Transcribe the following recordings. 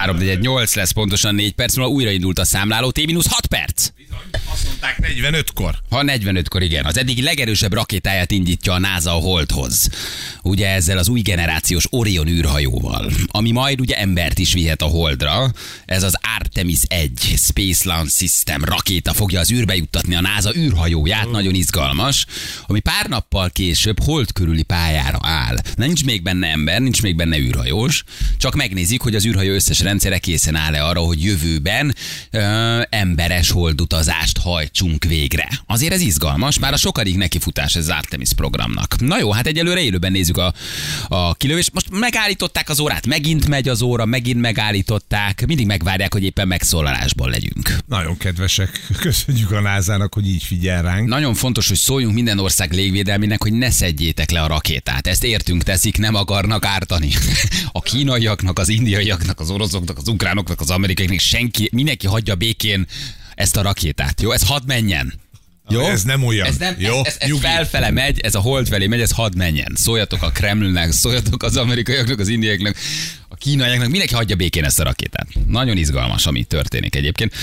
3-4-8 lesz pontosan 4 perc múlva, újraindult a számláló, T-6 perc. Azt mondták 45-kor. Ha 45-kor, igen. Az eddig legerősebb rakétáját indítja a NASA a Holdhoz. Ugye ezzel az új generációs Orion űrhajóval, ami majd ugye embert is vihet a Holdra. Ez az Artemis 1 Space Launch System rakéta fogja az űrbe juttatni a NASA űrhajóját, nagyon izgalmas, ami pár nappal később Hold körüli pályára áll. Nincs még benne ember, nincs még benne űrhajós, csak megnézik, hogy az űrhajó összes rendszere készen áll-e arra, hogy jövőben emberes holdutazást hajtsunk végre. Azért ez izgalmas, már a sokadik nekifutás ez az Artemis programnak. Na jó, hát egyelőre élőben nézzük a kilövést. Most megállították az órát, megint megy az óra, megint megállították, mindig megvárják, hogy éppen megszólalásban legyünk. Nagyon kedvesek, köszönjük a NASA-nak, hogy így figyel ránk. Nagyon fontos, hogy szóljunk minden ország légvédelmének, hogy ne szedjétek le a rakétát. Ezt értünk teszik, nem akarnak ártani. A kínaiaknak, az indiaiaknak, az oroszoknak, az ukránoknak, az amerikaiaknak, mindenki hagyja békén ezt a rakétát. Jó, ez hadd menjen. Jó? Ez nem olyan. Ez felfele megy, ez a hold felé megy, ez hadd menjen. Szóljatok a Kremlnek, szóljatok az amerikaiaknak, az indiaiaknak, a kínaiaknak, mindenki hagyja békén ezt a rakétát. Nagyon izgalmas, ami történik egyébként.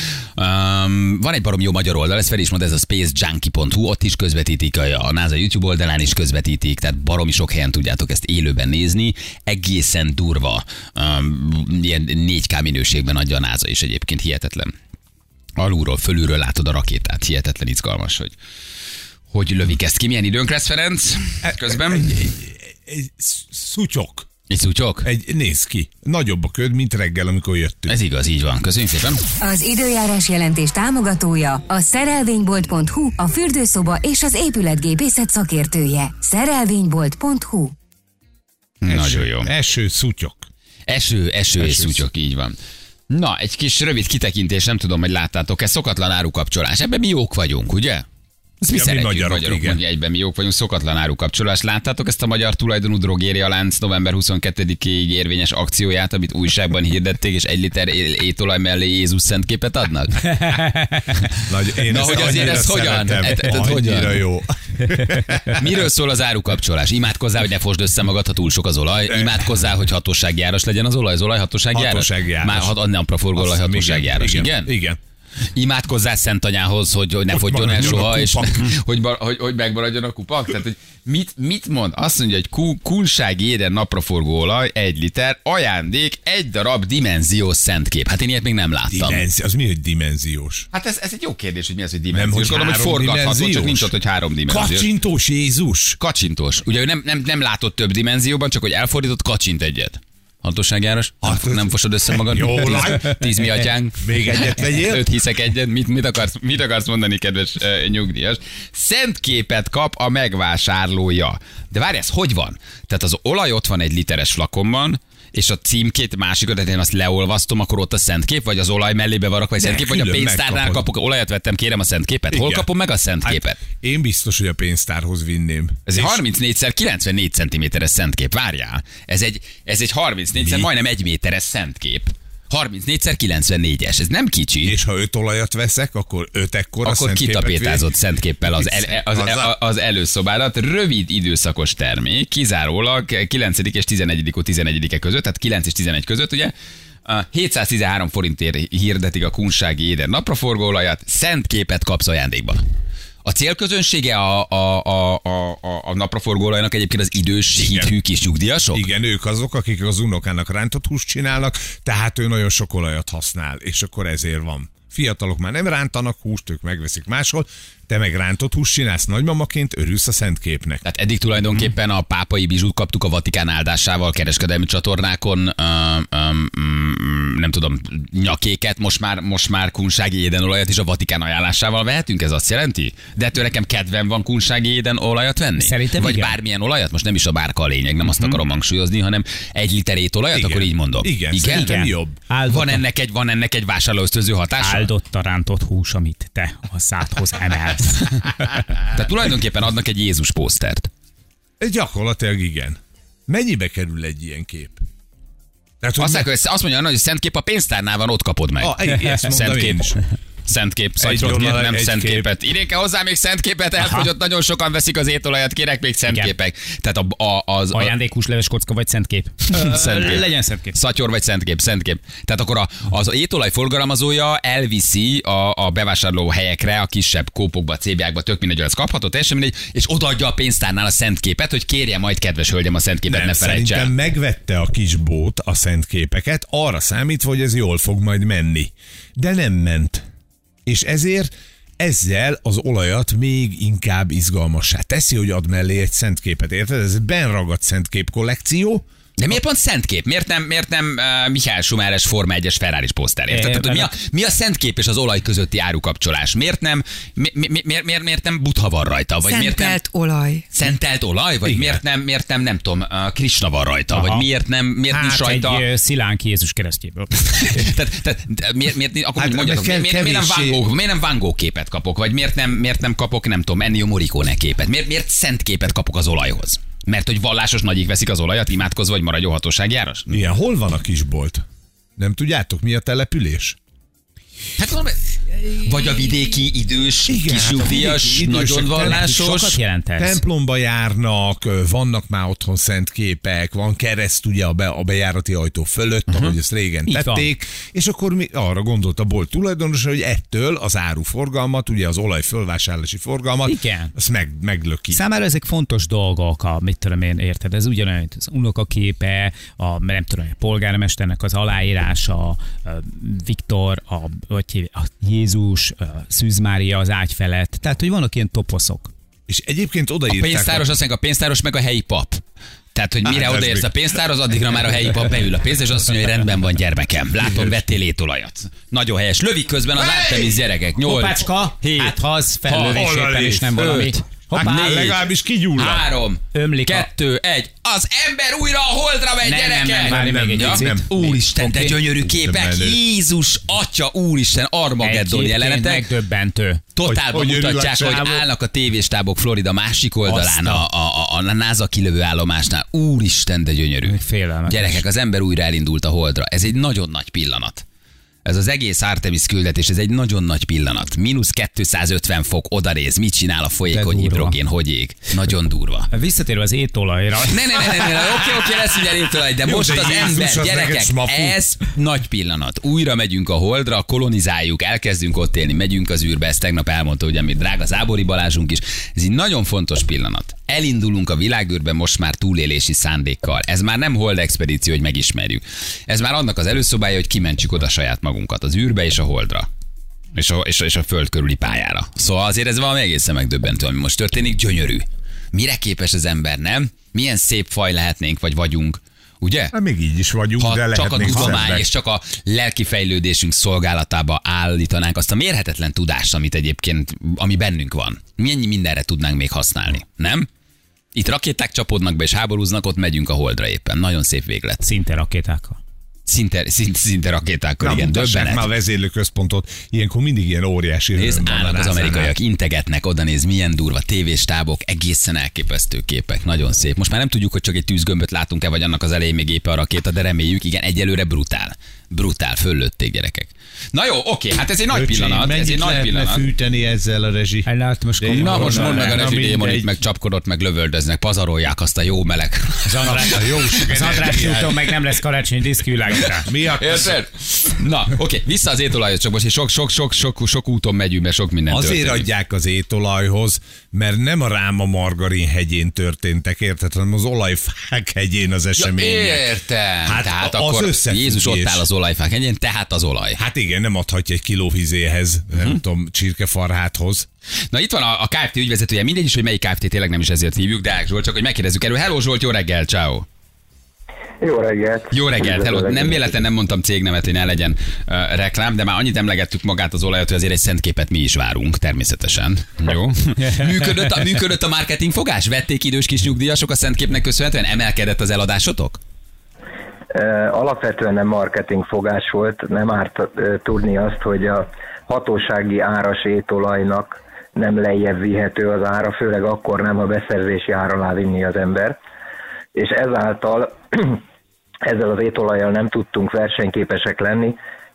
Van egy barom jó magyar oldal, ez fel is mond, ez a spacejunkie.hu, ott is közvetítik, a NASA YouTube oldalán is közvetítik, tehát baromi sok helyen tudjátok ezt élőben nézni. Egészen durva, ilyen 4K minőségben adja a NASA is egyébként, hihetetlen. Alulról, fölülről látod a rakétát. Hihetetlen izgalmas, hogy lövik ezt ki. Milyen időnk lesz, Ferenc? Közben? Egy szutyok. Egy szutyok? Nézd ki. Nagyobb a köd, mint reggel, amikor jöttünk. Ez igaz, így van. Köszönjük szépen. Az időjárás jelentés támogatója a szerelvénybolt.hu, a fürdőszoba és az épületgépészet szakértője. Szerelvénybolt.hu. Nagyon jó. Eső, szutyok. Eső és szutyok, így van. Na, egy kis rövid kitekintés, nem tudom, hogy láttátok-e, szokatlan árukapcsolás. Ebben mi jók vagyunk, ugye? Ezt mi szeretjük, magyarok mondja egyben, mi jók vagyunk, szokatlan árukapcsolás. Láttátok ezt a magyar tulajdonú drogérialánc november 22-ig érvényes akcióját, amit újságban hirdették, és 1 liter étolaj mellé Jézus szent képet adnak? Na, hogy azért ez hogyan? Annyira jó. Miről szól az árukapcsolás? Imádkozzál, hogy ne fosd össze magad, ha túl sok az olaj. Imádkozzál, hogy hatóságjáros legyen az olaj hatóságjáros? Már napraforgóolaj hatóságjáros, igen? Igen. Imádkozzál Szent Anyához, hogy ne fogjon el soha, és hogy megmaradjon a kupak? Tehát, hogy mit mond? Azt mondja, hogy kunsági éden napraforgóolaj 1 liter, ajándék 1 darab dimenziós szentkép. Hát én ilyet még nem láttam. Az mi, hogy dimenziós? Hát ez egy jó kérdés, hogy mi az, hogy dimenziós. Gondolom, hogy forgatható, csak nincs ott, hogy 3 dimenziós. Kacsintós Jézus. Kacsintós. Ugye ő nem látott több dimenzióban, csak hogy elfordított, kacsint egyet. Hatóságjáros? Nem fosod össze magad? 10 mi atyánk? Még egyet vegyél? 5 hiszek egyet. Mit akarsz mondani, kedves nyugdíjas? Szent képet kap a megvásárlója. De várj, ez hogy van? Tehát az olaj ott van 1 literes flakonban, és a címkét másikat, tehát én azt leolvasztom, akkor ott a szentkép, vagy az olaj mellébe van rakva egy szentkép, vagy a pénztárnál kapok, olajat vettem, kérem a szentképet. Hol kapom meg a szentképet? Hát én biztos, hogy a pénztárhoz vinném. Ez egy 34x94 cm-es szentkép, várjál. Ez egy 34x majdnem 1 méteres szentkép. 34x94-es, ez nem kicsi. És ha 5 olajat veszek, akkor 5 ekkora akkor kitapétázott szentképpel az előszobádat. Rövid időszakos termék, kizárólag 9. és 11. között, tehát 9 és 11 között, ugye? 713 forintért hirdetik a kunsági éden napraforgóolajat, szentképet kapsz ajándékba. A célközönsége a napraforgóolajnak egyébként az idős, hithű kis nyugdíjasok? Igen, ők azok, akik az unokának rántott húst csinálnak, tehát ő nagyon sok olajat használ, és akkor ezért van. Fiatalok már nem rántanak húst, ők megveszik máshol, te meg rántott húst csinálsz nagymamaként, örülsz a szentképnek. Tehát eddig tulajdonképpen a pápai bizsút kaptuk a Vatikán áldásával kereskedelmi csatornákon, nem tudom, nyakéket, most már kunsági édenolajat is a Vatikán ajánlásával vehetünk, ez azt jelenti? De ettől nekem kedvem van kunsági édenolajat venni? Szerintem vagy igen. Bármilyen olajat? Most nem is a bárka a lényeg, nem azt akarom hangsúlyozni, hanem 1 liter étolajat, Igen. akkor így mondom. Igen. Jobb. Van ennek egy vásárlóösztönző hatása? Áldott a rántott hús, amit te a szádhoz emelsz. Tehát tulajdonképpen adnak egy Jézus pósztert. Gyakorlatilag igen. Mennyibe kerül egy ilyen kép? Tehát, Azt mondja, hogy szentkép a pénztárnál van, ott kapod meg. Ezt mondom én is. Szentkép, Szatyrot, miért nem szentképet? Irénke, hozzá még szentképet, elfogyott, nagyon sokan veszik az étolajat, kérek még szentképek. Tehát az ajándékos leves kocka vagy szentkép? Szentkép. Legyen szentkép. Szatyor vagy szentkép. Tehát akkor az étolaj forgalmazója elviszi a bevásárló helyekre, a kisebb kópokba, cébiákba, tök mindegy, az kapható, teljesen mindegy, és odaadja a pénztárnál a szentképet, hogy kérje majd, kedves hölgyem, a szentképet, ne felejts el. Szerintem megvette a kis bót a szentképeket, arra számítva, hogy ez jól fog majd menni. De nem ment. És ezzel az olajat még inkább izgalmassá teszi, hogy ad mellé egy szentképet. Érted? Ez benragadt szentkép kollekció. De miért pont szentkép? Miért nem Michael Schumacheres Forma 1-es Ferraris poszter? Érted? Tehát, mi a szentkép és az olaj közötti árukapcsolás? Miért nem Buddha van rajta? Vagy Szentelt olaj. Szentelt olaj? Vagy miért nem tudom, Krishna van rajta? Vagy miért nincs rajta? Egy Szilánk Jézus keresztjéből. Miért nem Van Gogh képet kapok? Vagy miért nem kapok, nem tudom, Ennio Morricone képet? Miért szent képet kapok az olajhoz? Mert hogy vallásos nagyik veszik az olajat, imádkozva, vagy maradjon hatóságjáros? Igen, hol van a kisbolt? Nem tudjátok, mi a település? Hát vagy a vidéki idős, kisnyugdíjas, nagyon vallásos. Sokat jelent ez. Templomba járnak, vannak már otthon szentképek, van kereszt ugye a bejárati ajtó fölött, ahogy ezt régen tették, és akkor arra gondolt a bolt tulajdonosa, hogy ettől az áruforgalmat, ugye az olaj fölvásárlási forgalmat, azt meglöki. Számára ezek fontos dolgok, mit tudom én, érted? Ez ugyanolyan, mint az unokaképe, a polgármesternek az aláírása, Viktor, a Jézus, Szűz Mária az ágy felett. Tehát, hogy vannak ilyen toposzok. És egyébként odaírták... A pénztáros, azt mondja, a pénztáros meg a helyi pap. Tehát, hogy mire odaérsz a pénztárhoz, addigra már a helyi pap beül a pénz, és azt mondja, hogy rendben van, gyermekem. Látom, vettél étolajat. Nagyon helyes. Lövik közben az Artemis gyerekek. 8, Kopácska, hát ha az fellövéséppen is nem valami. Hoppá, legalábbis kigyullad. 3, 2, 1. Az ember újra a holdra megy, gyerekek! Úristen, de gyönyörű képek. Jézus, Atya, Úristen, Armageddon jelenetek. Megdöbbentő. Totálban mutatják, hogy állnak a tévéstábok Florida másik oldalán, a NASA kilövő állomásnál. Úristen, de gyönyörű. Félelmetes. Gyerekek, az ember újra elindult a holdra. Ez egy nagyon nagy pillanat. Ez az egész Artemis küldetés, ez egy nagyon nagy pillanat. -250 fok, odanéz, mit csinál a folyékony hidrogén, hogy ég. Nagyon durva. Visszatérve az étolajra. Oké, lesz ugye étolaj, de most az ember, gyerekek, ez nagy pillanat. Újra megyünk a holdra, kolonizáljuk, elkezdünk ott élni, megyünk az űrbe, ezt tegnap elmondta, ugye, amit drága Zábori Balázsunk is. Ez egy nagyon fontos pillanat. Elindulunk a világűrbe most már túlélési szándékkal. Ez már nem hold expedíció, hogy megismerjük. Ez már annak az előszobája, hogy kimentsük oda saját magunkat az űrbe és a holdra. És a föld körüli pályára. Szóval azért ez valami egészen megdöbbentő, ami most történik, gyönyörű. Mire képes az ember, nem? Milyen szép faj lehetnénk, vagy vagyunk. Ugye? Hát még így is vagyunk, ha de csak a tudomány szemben. és csak a lelki fejlődésünk szolgálatába állítanánk azt a mérhetetlen tudást, amit egyébként, ami bennünk van. Mennyi mindenre tudnánk még használni, nem? Itt rakéták csapódnak be és háborúznak, ott megyünk a holdra éppen. Nagyon szép véglet. Szinte rakétákkal. Szinte rakétákkal, igen, döbbenet. Már a vezérlőközpontot, ilyenkor mindig ilyen óriási. Nézd, állnak az amerikaiak, integetnek, oda néz, milyen durva tévéstábok, egészen elképesztő képek, nagyon szép. Most már nem tudjuk, hogy csak egy tűzgömböt látunk-e, vagy annak az elején még éppen a rakéta, de reméljük, igen, egyelőre brutál. Brutál, föllőtték, gyerekek. Na jó, oké, hát ez egy nagy pillanat. Ez egy nagy pillanat. Fűteni ezzel a rezsi? Na most mondd meg a rezsidémon, itt meg csapkodott, meg lövöldöznek, pazarolják azt a jó meleg. Az András úton meg nem lesz karácsonyi diszkivilágítás. Érted? Na, oké, vissza az étolajhoz, csak most sok úton megyünk, mert sok minden Azért történik. adják az étolajhoz, mert nem a Ráma Margarin hegyén történtek, érted, hanem az olajfák hegyén az események. Értem. Hát tehát az akkor összefüggés. Jézus ott áll az olajfák hegyén, tehát az olaj. Hát igen, nem adhatja egy kiló vizéhez, nem tudom, csirkefarháthoz. Na itt van a Kft. Ügyvezetője, mindegy is, hogy melyik Kft. Tényleg nem is ezért hívjuk, de Zsolt, csak hogy megkérdezzük erről. Hello Zsolt, jó reggel, ciao. Jó reggelt. Jó reggelt, hello. Nem véletlen nem mondtam cégnevet, hogy ne legyen reklám, de már annyit emlegettük magát az olajat, hogy azért egy szentképet mi is várunk, természetesen. Jó. Működött a marketingfogás? Vették idős kis nyugdíjasok a szentképnek köszönhetően? Emelkedett az eladásotok? Alapvetően nem marketingfogás volt, nem árt tudni azt, hogy a hatósági áras étolajnak nem lejjebb vihető az ára, főleg akkor nem, ha beszerzési ár alá vinni az ember. És ezáltal ezzel az étolajjal nem tudtunk versenyképesek lenni.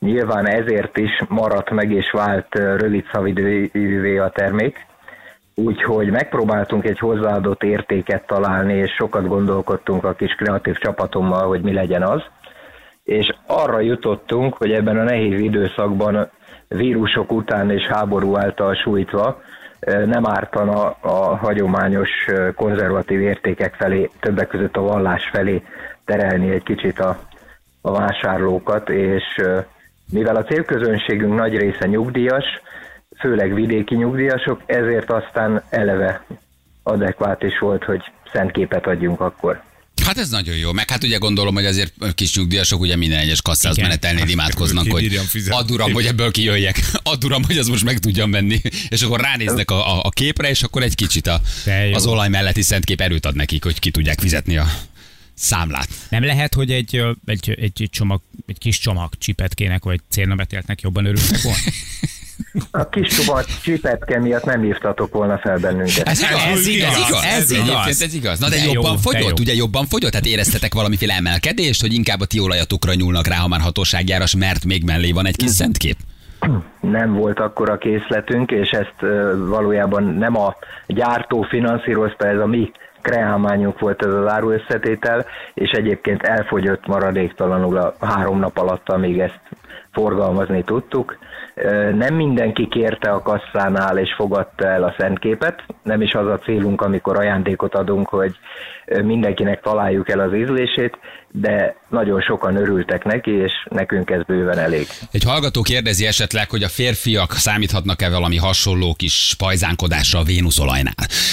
Nyilván ezért is maradt meg és vált rövid szavidővé a termék, úgyhogy megpróbáltunk egy hozzáadott értéket találni, és sokat gondolkodtunk a kis kreatív csapatommal, hogy mi legyen az. És arra jutottunk, hogy ebben a nehéz időszakban vírusok után és háború által sújtva nem ártana a hagyományos konzervatív értékek felé, többek között a vallás felé terelni egy kicsit a vásárlókat, és mivel a célközönségünk nagy része nyugdíjas, főleg vidéki nyugdíjasok, ezért aztán eleve adekvát is volt, hogy szent képet adjunk akkor. Hát ez nagyon jó, meg hát ugye gondolom, hogy azért kis nyugdíjasok ugye minden egyes kasszához menetelnél imádkoznak, hogy add uram, hogy ebből kijöjjek, add uram, hogy az most meg tudjam venni, és akkor ránéznek a képre, és akkor egy kicsit az olaj melletti szent kép erőt ad nekik, hogy ki tudják fizetni a számlát. Nem lehet, hogy egy kis csomag csipetkének vagy cérnabetéltnek jobban örültek volna? A kis csomag csipetke miatt nem hívtatok volna fel bennünket. Ez igaz. Na de jobban fogyott, ugye jobban fogyott? Tehát éreztetek valamiféle emelkedést, hogy inkább a ti olajatokra nyúlnak rá, ha már hatóságjáras, mert még mellé van egy kis szentkép? Nem volt akkora készletünk, és ezt valójában nem a gyártó finanszírozta, ez a mi kreálmányunk volt ez az áruösszetétel, és egyébként elfogyott maradéktalanul a 3 nap alatt, amíg ezt forgalmazni tudtuk. Nem mindenki kérte a kasszánál és fogadta el a szentképet, nem is az a célunk, amikor ajándékot adunk, hogy mindenkinek találjuk el az ízlését, de nagyon sokan örültek neki, és nekünk ez bőven elég. Egy hallgató kérdezi esetleg, hogy a férfiak számíthatnak-e valami hasonló kis pajzánkodásra a Vénusz olajnál.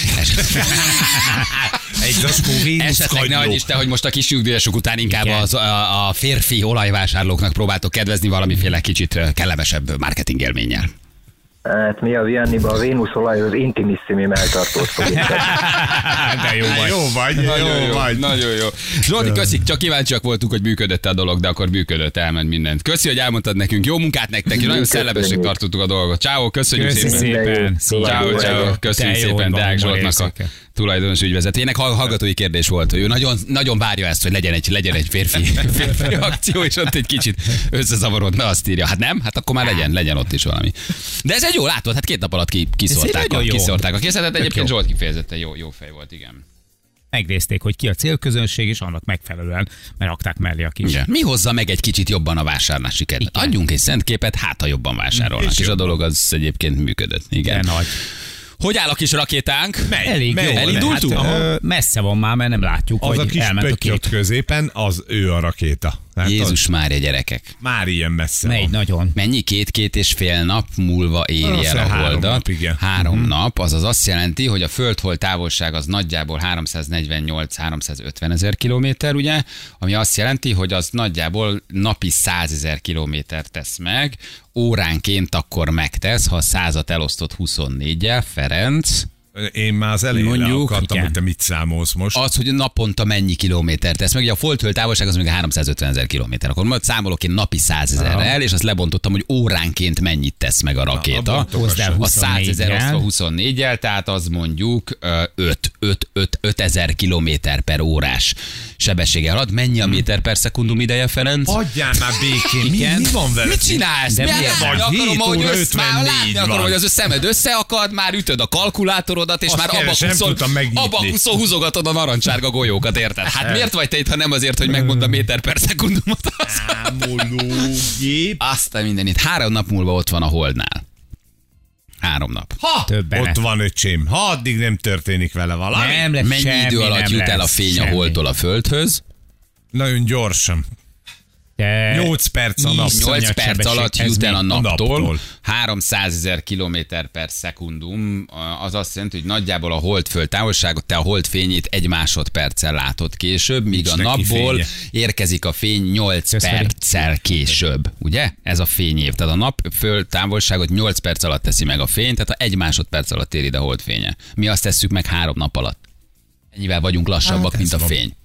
Esetleg ne adj Isten, hogy most a kis nyugdíjasok után inkább a férfi olajvásárlóknak próbáltok kedvezni valamiféle kicsit kellemesebb marketing élménnyel. Hát mi a Vianniba a Vénusz olajhoz intimissimi melltartót fogjuk. De jó vagy. Nagyon jó. Zsolti, köszik, csak kíváncsiak voltunk, hogy működött a dolog, de akkor működött, elment mindent. Köszi, hogy elmondtad nekünk. Jó munkát nektek, és nagyon szellemesnek tartottuk a dolgot. Ciao, köszönjük szépen. Ciao. Köszönjük szépen Deák Zsoltnak, a tulajdonos ügyvezetőjének. Hallgatói kérdés volt, hogy ő nagyon várja ezt, hogy legyen egy férfi akció, és ott egy kicsit összezavarodna, azt írja. Hát nem? Hát akkor már legyen ott is valami. De ez egy jó, látod, hát 2 nap alatt kiszórták a készletet. Egyébként Zsolt kifejezetten jó fej volt, igen. Megnézték, hogy ki a célközönség, és annak megfelelően rakták mellé a kis. Igen. Mi hozza meg egy kicsit jobban a vásárlási kedvet? Adjunk egy szentképet, hát ha jobban vásárolnak. És a dolog az egyébként működött. Igen. Hogy áll a kis rakétánk? Elég jó. Elindultunk? Hát, messze van már, mert nem látjuk, az hogy a kis pöttyöt középen, az ő a rakéta. Jézus Mária, gyerekek. Már ilyen messze van. Nagyon. Mennyi? 2,5 nap múlva éri el a holdat? 3 nap, azaz azt jelenti, hogy a föld-hold távolság az nagyjából 348-350 ezer kilométer, ugye? Ami azt jelenti, hogy az nagyjából napi 100 000 kilométer tesz meg, óránként akkor megtesz, ha 100-at elosztott 24-jel, Ferenc. Én már az elején mondjuk, akartam, hogy te mit számolsz most. Az, hogy naponta mennyi kilométer tesz meg, ugye a föld távolság az még 350 ezer kilométer. Akkor majd számolok én napi 100 000-rel, és azt lebontottam, hogy óránként mennyit tesz meg a rakéta. A 100 000 osztva 24-jel, tehát az mondjuk 5000 kilométer per órás sebességgel halad. Mennyi a méter per szekundum ideje, Ferenc? Hagyjál már békén, mi van veled? Mit csinálsz? Látni akarom, hogy az szemed összeakad, már ütöd a kalkulátorodat, és már abba húzogatod a narancsárga golyókat, érted? Hát miért vagy te itt, ha nem azért, hogy megmond a méter per szekundumot? Számológép. Aztán mindenit. 3 nap múlva ott van a holdnál. 3 nap. Ott van, öcsém. Ha addig nem történik vele valami. Mennyi idő alatt jut el a fény a holdtól a földhöz? Nagyon gyorsan. 8 perc a nap. 8 perc alatt jut el a naptól 300 000 kilométer per szekundum. Az azt jelenti, hogy nagyjából a holdföld távolságot, te a hold fényét 1 másodperccel látod később, míg a napból érkezik a fény 8 perccel később. Ugye? Ez a fényév. Tehát a napföld távolságot 8 perc alatt teszi meg a fény, tehát 1 másodperc alatt ér ide a holdfénye. Mi azt tesszük meg 3 nap alatt. Ennyivel vagyunk lassabbak, mint a fény.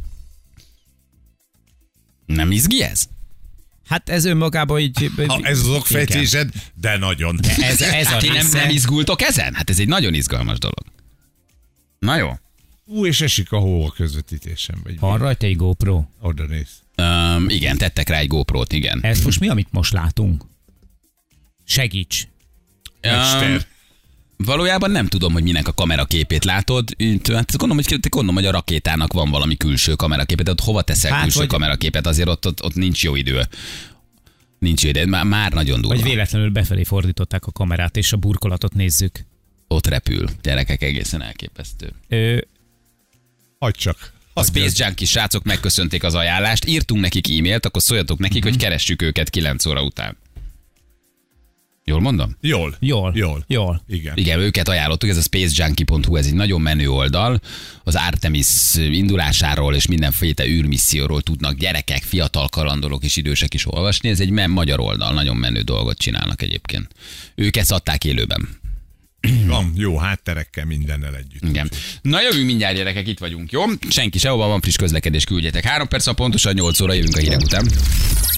Nem izgi ez? Hát ez önmagában így... Ez az okfejtésed, de nagyon. Ez a nem izgultok ezen? Hát ez egy nagyon izgalmas dolog. Na jó. És esik a hó a közvetítésen. Van rajta egy GoPro? Oda néz. Igen, tettek rá egy GoPro-t, igen. Ez most mi, amit most látunk? Segíts! Mester. Valójában nem tudom, hogy minek a kameraképét látod. Hát gondolom, hogy a rakétának van valami külső kameraképet, de ott hova teszel külső kameraképet? Azért ott nincs jó idő. Nincs jó idő, már nagyon durva. Vagy véletlenül befelé fordították a kamerát, és a burkolatot nézzük. Ott repül. Gyerekek, egészen elképesztő. Hagyd csak. A Space Junkie srácok megköszönték az ajánlást, írtunk nekik e-mailt, akkor szóljatok nekik, hogy keressük őket 9 óra után. Jól mondom? Jól. Igen, őket ajánlottuk, ez a spacejunkie.hu, ez egy nagyon menő oldal. Az Artemis indulásáról és mindenféle űrmisszióról tudnak gyerekek, fiatal kalandorok és idősek is olvasni. Ez egy magyar oldal, nagyon menő dolgot csinálnak egyébként. Ők ezt adták élőben. Van jó hátterekkel, mindennel együtt. Igen. Na jövünk mindjárt, gyerekek, itt vagyunk, jó? Senki sehova, van friss közlekedés, küldjetek. 3 perc, pontosan 8 óra jövünk a hírek után.